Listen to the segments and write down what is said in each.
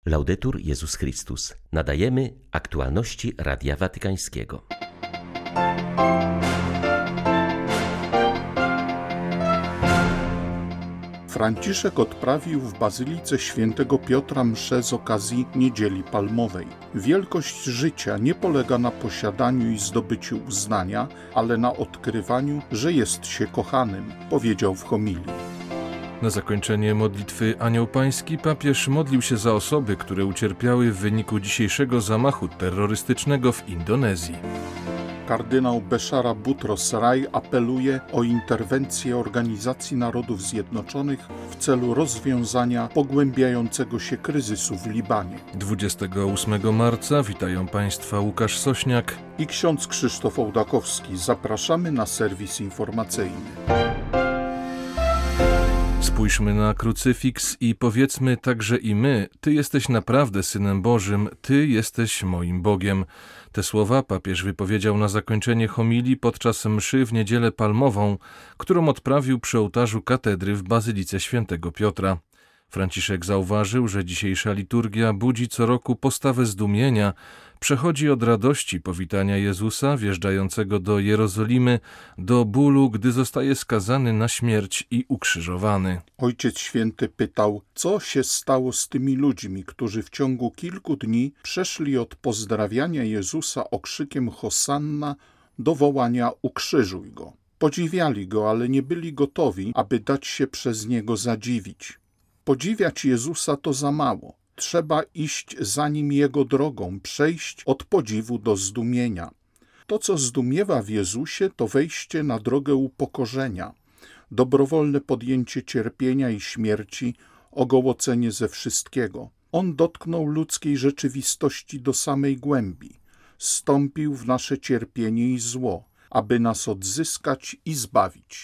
Laudetur Jezus Chrystus. Nadajemy aktualności Radia Watykańskiego. Franciszek odprawił w Bazylice Świętego Piotra mszę z okazji Niedzieli Palmowej. Wielkość życia nie polega na posiadaniu i zdobyciu uznania, ale na odkrywaniu, że jest się kochanym, powiedział w homilii. Na zakończenie modlitwy Anioł Pański papież modlił się za osoby, które ucierpiały w wyniku dzisiejszego zamachu terrorystycznego w Indonezji. Kardynał Beszara Butros Rai apeluje o interwencję Organizacji Narodów Zjednoczonych w celu rozwiązania pogłębiającego się kryzysu w Libanie. 28 marca witają Państwa Łukasz Sośniak I ksiądz Krzysztof Ołdakowski. Zapraszamy na serwis informacyjny. Spójrzmy na krucyfiks i powiedzmy także i my: Ty jesteś naprawdę Synem Bożym, Ty jesteś moim Bogiem. Te słowa papież wypowiedział na zakończenie homilii podczas mszy w Niedzielę Palmową, którą odprawił przy ołtarzu katedry w Bazylice Świętego Piotra. Franciszek zauważył, że dzisiejsza liturgia budzi co roku postawę zdumienia, przechodzi od radości powitania Jezusa wjeżdżającego do Jerozolimy, do bólu, gdy zostaje skazany na śmierć i ukrzyżowany. Ojciec Święty pytał, co się stało z tymi ludźmi, którzy w ciągu kilku dni przeszli od pozdrawiania Jezusa okrzykiem Hosanna do wołania ukrzyżuj Go. Podziwiali Go, ale nie byli gotowi, aby dać się przez Niego zadziwić. Podziwiać Jezusa to za mało. Trzeba iść za Nim Jego drogą, przejść od podziwu do zdumienia. To, co zdumiewa w Jezusie, to wejście na drogę upokorzenia, dobrowolne podjęcie cierpienia i śmierci, ogołocenie ze wszystkiego. On dotknął ludzkiej rzeczywistości do samej głębi, zstąpił w nasze cierpienie i zło, aby nas odzyskać i zbawić.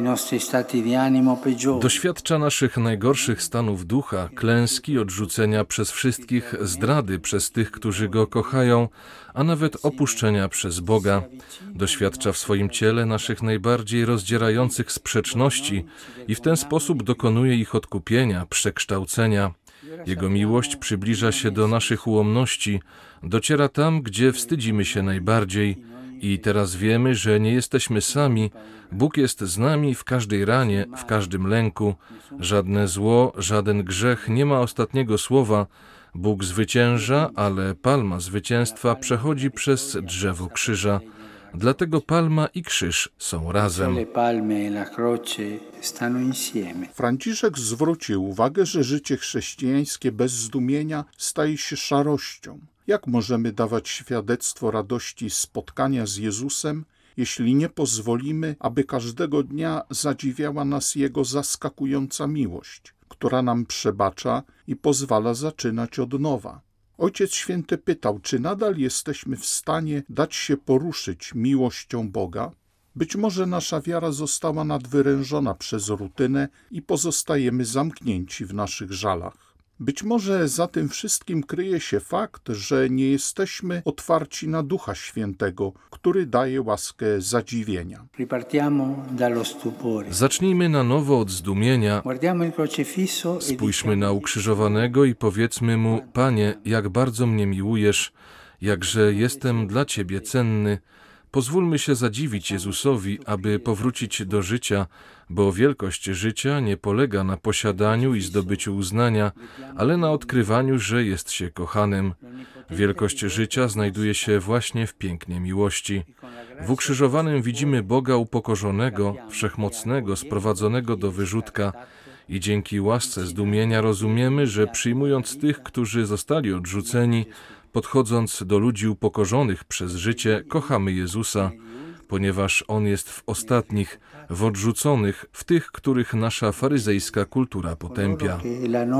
Doświadcza naszych najgorszych stanów ducha, klęski, odrzucenia przez wszystkich, zdrady przez tych, którzy Go kochają, a nawet opuszczenia przez Boga. Doświadcza w swoim ciele naszych najbardziej rozdzierających sprzeczności i w ten sposób dokonuje ich odkupienia, przekształcenia. Jego miłość przybliża się do naszych ułomności, dociera tam, gdzie wstydzimy się najbardziej. I teraz wiemy, że nie jesteśmy sami. Bóg jest z nami w każdej ranie, w każdym lęku. Żadne zło, żaden grzech nie ma ostatniego słowa. Bóg zwycięża, ale palma zwycięstwa przechodzi przez drzewo krzyża. Dlatego palma i krzyż są razem. Franciszek zwrócił uwagę, że życie chrześcijańskie bez zdumienia staje się szarością. Jak możemy dawać świadectwo radości spotkania z Jezusem, jeśli nie pozwolimy, aby każdego dnia zadziwiała nas Jego zaskakująca miłość, która nam przebacza i pozwala zaczynać od nowa? Ojciec Święty pytał, czy nadal jesteśmy w stanie dać się poruszyć miłością Boga? Być może nasza wiara została nadwyrężona przez rutynę i pozostajemy zamknięci w naszych żalach. Być może za tym wszystkim kryje się fakt, że nie jesteśmy otwarci na Ducha Świętego, który daje łaskę zadziwienia. Zacznijmy na nowo od zdumienia. Spójrzmy na ukrzyżowanego i powiedzmy Mu: Panie, jak bardzo mnie miłujesz, jakże jestem dla Ciebie cenny. Pozwólmy się zadziwić Jezusowi, aby powrócić do życia, bo wielkość życia nie polega na posiadaniu i zdobyciu uznania, ale na odkrywaniu, że jest się kochanym. Wielkość życia znajduje się właśnie w pięknie miłości. W ukrzyżowanym widzimy Boga upokorzonego, wszechmocnego, sprowadzonego do wyrzutka i dzięki łasce zdumienia rozumiemy, że przyjmując tych, którzy zostali odrzuceni, podchodząc do ludzi upokorzonych przez życie, kochamy Jezusa, ponieważ On jest w ostatnich, w odrzuconych, w tych, których nasza faryzejska kultura potępia.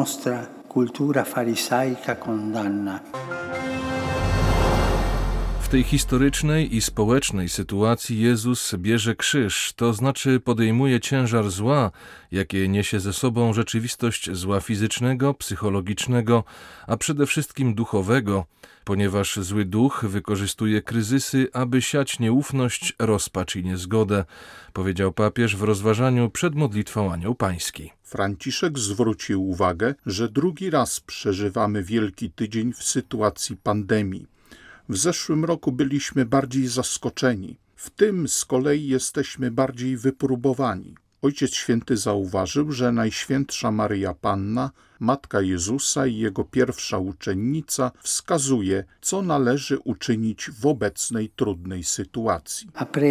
W tej historycznej i społecznej sytuacji Jezus bierze krzyż, to znaczy podejmuje ciężar zła, jakie niesie ze sobą rzeczywistość zła fizycznego, psychologicznego, a przede wszystkim duchowego, ponieważ zły duch wykorzystuje kryzysy, aby siać nieufność, rozpacz i niezgodę, powiedział papież w rozważaniu przed modlitwą Anioł Pański. Franciszek zwrócił uwagę, że drugi raz przeżywamy Wielki Tydzień w sytuacji pandemii. W zeszłym roku byliśmy bardziej zaskoczeni. W tym z kolei jesteśmy bardziej wypróbowani. Ojciec Święty zauważył, że Najświętsza Maryja Panna, Matka Jezusa i Jego pierwsza uczennica wskazuje, co należy uczynić w obecnej trudnej sytuacji.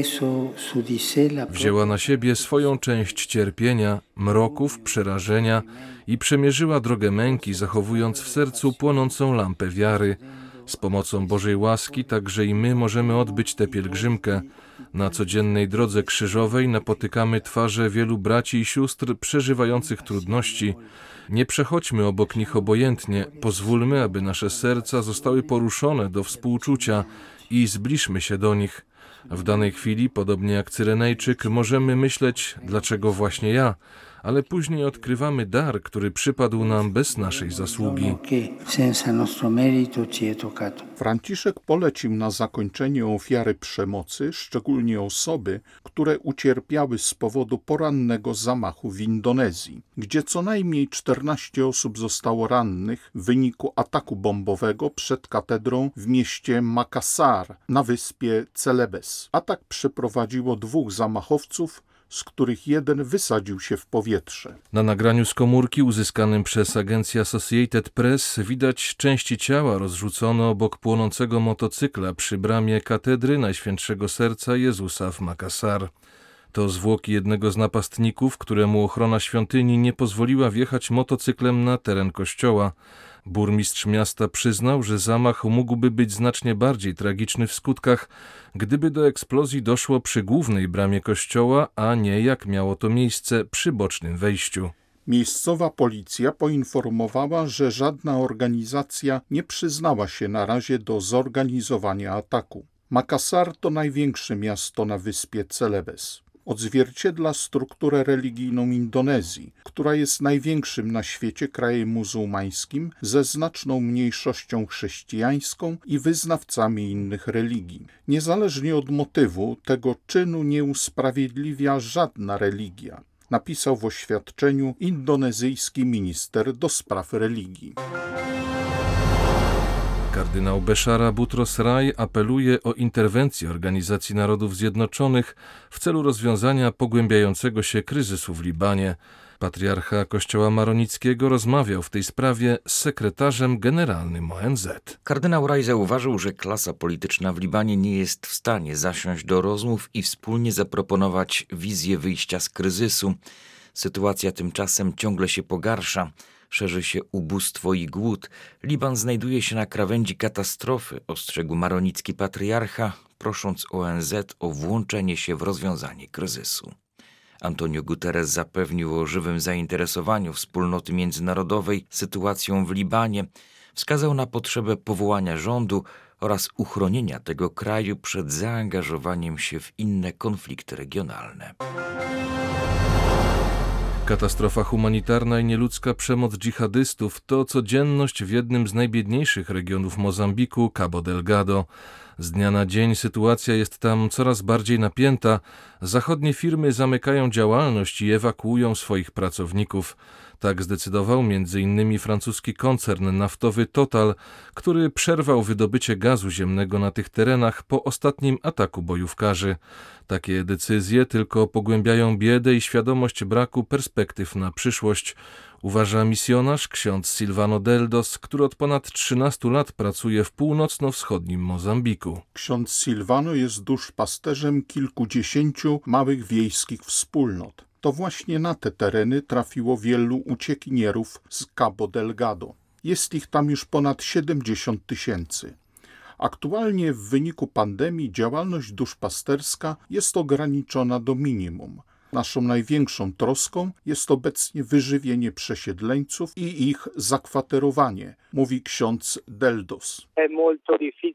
Wzięła na siebie swoją część cierpienia, mroków, przerażenia i przemierzyła drogę męki, zachowując w sercu płonącą lampę wiary. Z pomocą Bożej łaski także i my możemy odbyć tę pielgrzymkę. Na codziennej drodze krzyżowej napotykamy twarze wielu braci i sióstr przeżywających trudności. Nie przechodźmy obok nich obojętnie, pozwólmy, aby nasze serca zostały poruszone do współczucia i zbliżmy się do nich. W danej chwili, podobnie jak Cyrenejczyk, możemy myśleć, dlaczego właśnie ja, ale później odkrywamy dar, który przypadł nam bez naszej zasługi. Franciszek polecił na zakończenie ofiary przemocy, szczególnie osoby, które ucierpiały z powodu porannego zamachu w Indonezji, gdzie co najmniej 14 osób zostało rannych w wyniku ataku bombowego przed katedrą w mieście Makassar na wyspie Celebes. Atak przeprowadziło 2 zamachowców, z których jeden wysadził się w powietrze. Na nagraniu z komórki uzyskanym przez agencję Associated Press widać części ciała rozrzucone obok płonącego motocykla przy bramie katedry Najświętszego Serca Jezusa w Makassar. To zwłoki jednego z napastników, któremu ochrona świątyni nie pozwoliła wjechać motocyklem na teren kościoła. Burmistrz miasta przyznał, że zamach mógłby być znacznie bardziej tragiczny w skutkach, gdyby do eksplozji doszło przy głównej bramie kościoła, a nie jak miało to miejsce przy bocznym wejściu. Miejscowa policja poinformowała, że żadna organizacja nie przyznała się na razie do zorganizowania ataku. Makassar to największe miasto na wyspie Celebes. Odzwierciedla strukturę religijną Indonezji, która jest największym na świecie krajem muzułmańskim ze znaczną mniejszością chrześcijańską i wyznawcami innych religii. Niezależnie od motywu, tego czynu nie usprawiedliwia żadna religia, napisał w oświadczeniu indonezyjski minister do spraw religii. Kardynał Beszara Butros Rai apeluje o interwencję Organizacji Narodów Zjednoczonych w celu rozwiązania pogłębiającego się kryzysu w Libanie. Patriarcha Kościoła Maronickiego rozmawiał w tej sprawie z sekretarzem generalnym ONZ. Kardynał Rai zauważył, że klasa polityczna w Libanie nie jest w stanie zasiąść do rozmów i wspólnie zaproponować wizję wyjścia z kryzysu. Sytuacja tymczasem ciągle się pogarsza. Szerzy się ubóstwo i głód. Liban znajduje się na krawędzi katastrofy, ostrzegł maronicki patriarcha, prosząc ONZ o włączenie się w rozwiązanie kryzysu. Antonio Guterres zapewnił o żywym zainteresowaniu wspólnoty międzynarodowej sytuacją w Libanie. Wskazał na potrzebę powołania rządu oraz uchronienia tego kraju przed zaangażowaniem się w inne konflikty regionalne. Katastrofa humanitarna i nieludzka przemoc dżihadystów to codzienność w jednym z najbiedniejszych regionów Mozambiku, Cabo Delgado. Z dnia na dzień sytuacja jest tam coraz bardziej napięta. Zachodnie firmy zamykają działalność i ewakuują swoich pracowników. Tak zdecydował m.in. francuski koncern naftowy Total, który przerwał wydobycie gazu ziemnego na tych terenach po ostatnim ataku bojówkarzy. Takie decyzje tylko pogłębiają biedę i świadomość braku perspektyw na przyszłość, uważa misjonarz ksiądz Silvano Deldos, który od ponad 13 lat pracuje w północno-wschodnim Mozambiku. Ksiądz Silvano jest duszpasterzem kilkudziesięciu małych wiejskich wspólnot. To właśnie na te tereny trafiło wielu uciekinierów z Cabo Delgado. Jest ich tam już ponad 70 000. Aktualnie w wyniku pandemii działalność duszpasterska jest ograniczona do minimum. Naszą największą troską jest obecnie wyżywienie przesiedleńców i ich zakwaterowanie, mówi ksiądz Deldos.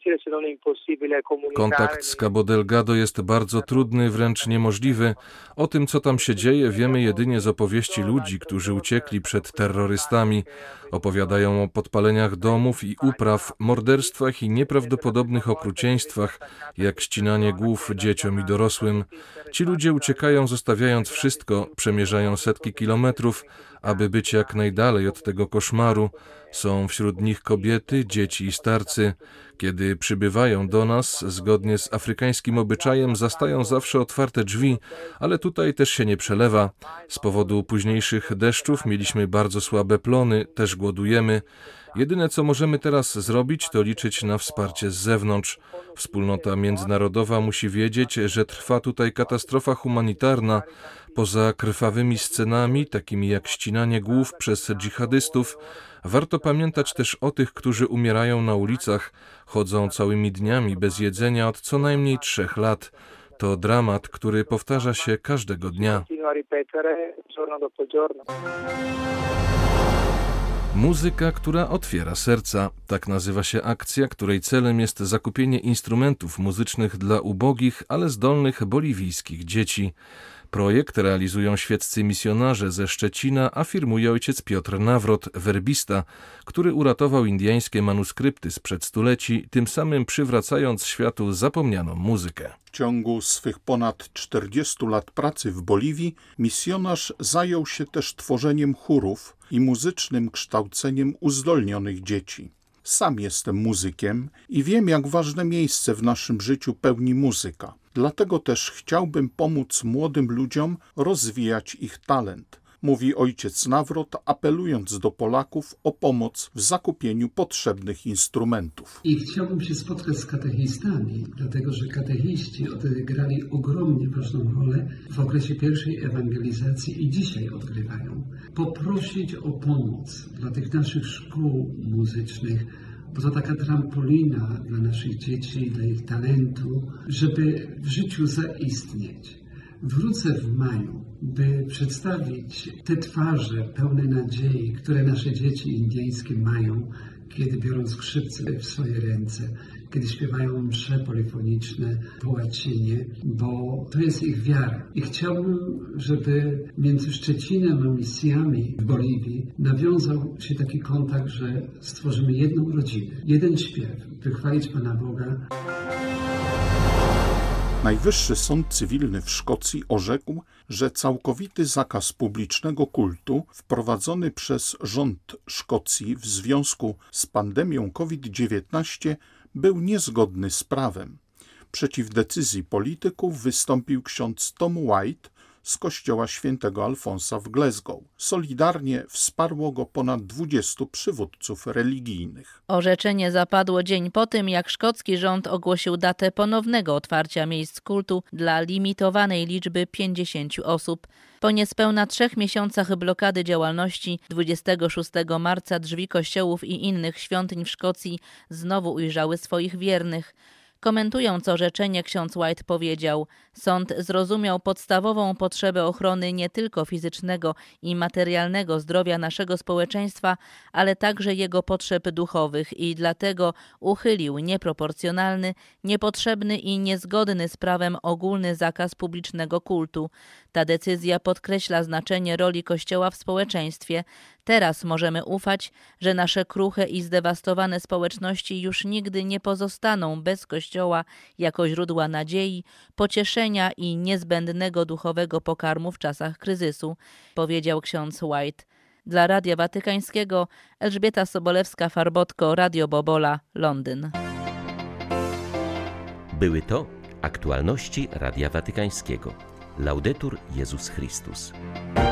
Kontakt z Cabo Delgado jest bardzo trudny, wręcz niemożliwy. O tym, co tam się dzieje, wiemy jedynie z opowieści ludzi, którzy uciekli przed terrorystami. Opowiadają o podpaleniach domów i upraw, morderstwach i nieprawdopodobnych okrucieństwach, jak ścinanie głów dzieciom i dorosłym. Ci ludzie uciekają, zostawiając wszystko, przemierzają setki kilometrów, aby być jak najdalej od tego koszmaru. Są wśród nich kobiety, dzieci i starcy. Kiedy przybywają do nas, zgodnie z afrykańskim obyczajem, zastają zawsze otwarte drzwi, ale tutaj też się nie przelewa. Z powodu późniejszych deszczów mieliśmy bardzo słabe plony, też głodujemy. Jedyne, co możemy teraz zrobić, to liczyć na wsparcie z zewnątrz. Wspólnota międzynarodowa musi wiedzieć, że trwa tutaj katastrofa humanitarna. Poza krwawymi scenami, takimi jak ścinanie głów przez dżihadystów, warto pamiętać też o tych, którzy umierają na ulicach, chodzą całymi dniami bez jedzenia od co najmniej 3 lat. To dramat, który powtarza się każdego dnia. Muzyka, która otwiera serca. Tak nazywa się akcja, której celem jest zakupienie instrumentów muzycznych dla ubogich, ale zdolnych boliwijskich dzieci. Projekt realizują świeccy misjonarze ze Szczecina, afirmuje ojciec Piotr Nawrot, werbista, który uratował indyjskie manuskrypty sprzed stuleci, tym samym przywracając światu zapomnianą muzykę. W ciągu swych ponad 40 lat pracy w Boliwii misjonarz zajął się też tworzeniem chórów i muzycznym kształceniem uzdolnionych dzieci. Sam jestem muzykiem i wiem, jak ważne miejsce w naszym życiu pełni muzyka. Dlatego też chciałbym pomóc młodym ludziom rozwijać ich talent, mówi ojciec Nawrot, apelując do Polaków o pomoc w zakupieniu potrzebnych instrumentów. I chciałbym się spotkać z katechistami, dlatego że katechiści odegrali ogromnie ważną rolę w okresie pierwszej ewangelizacji i dzisiaj odgrywają. Poprosić o pomoc dla tych naszych szkół muzycznych, bo to taka trampolina dla naszych dzieci, dla ich talentu, żeby w życiu zaistnieć. Wrócę w maju, by przedstawić te twarze pełne nadziei, które nasze dzieci indyjskie mają, kiedy biorą skrzypce w swoje ręce, kiedy śpiewają msze polifoniczne po łacinie, bo to jest ich wiara. I chciałbym, żeby między Szczecinem a misjami w Boliwii nawiązał się taki kontakt, że stworzymy jedną rodzinę, jeden śpiew, by chwalić Pana Boga. Najwyższy Sąd Cywilny w Szkocji orzekł, że całkowity zakaz publicznego kultu wprowadzony przez rząd Szkocji w związku z pandemią COVID-19 był niezgodny z prawem. Przeciw decyzji polityków wystąpił ksiądz Tom White z kościoła świętego Alfonsa w Glasgow. Solidarnie wsparło go ponad 20 przywódców religijnych. Orzeczenie zapadło dzień po tym, jak szkocki rząd ogłosił datę ponownego otwarcia miejsc kultu dla limitowanej liczby 50 osób. Po niespełna 3 miesiącach blokady działalności 26 marca drzwi kościołów i innych świątyń w Szkocji znowu ujrzały swoich wiernych. Komentując orzeczenie, ksiądz White powiedział: sąd zrozumiał podstawową potrzebę ochrony nie tylko fizycznego i materialnego zdrowia naszego społeczeństwa, ale także jego potrzeb duchowych i dlatego uchylił nieproporcjonalny, niepotrzebny i niezgodny z prawem ogólny zakaz publicznego kultu. Ta decyzja podkreśla znaczenie roli Kościoła w społeczeństwie. Teraz możemy ufać, że nasze kruche i zdewastowane społeczności już nigdy nie pozostaną bez Kościoła jako źródła nadziei, pocieszenia i niezbędnego duchowego pokarmu w czasach kryzysu, powiedział ksiądz White. Dla Radia Watykańskiego Elżbieta Sobolewska-Farbotko, Radio Bobola, Londyn. Były to aktualności Radia Watykańskiego. Laudetur Jezus Chrystus.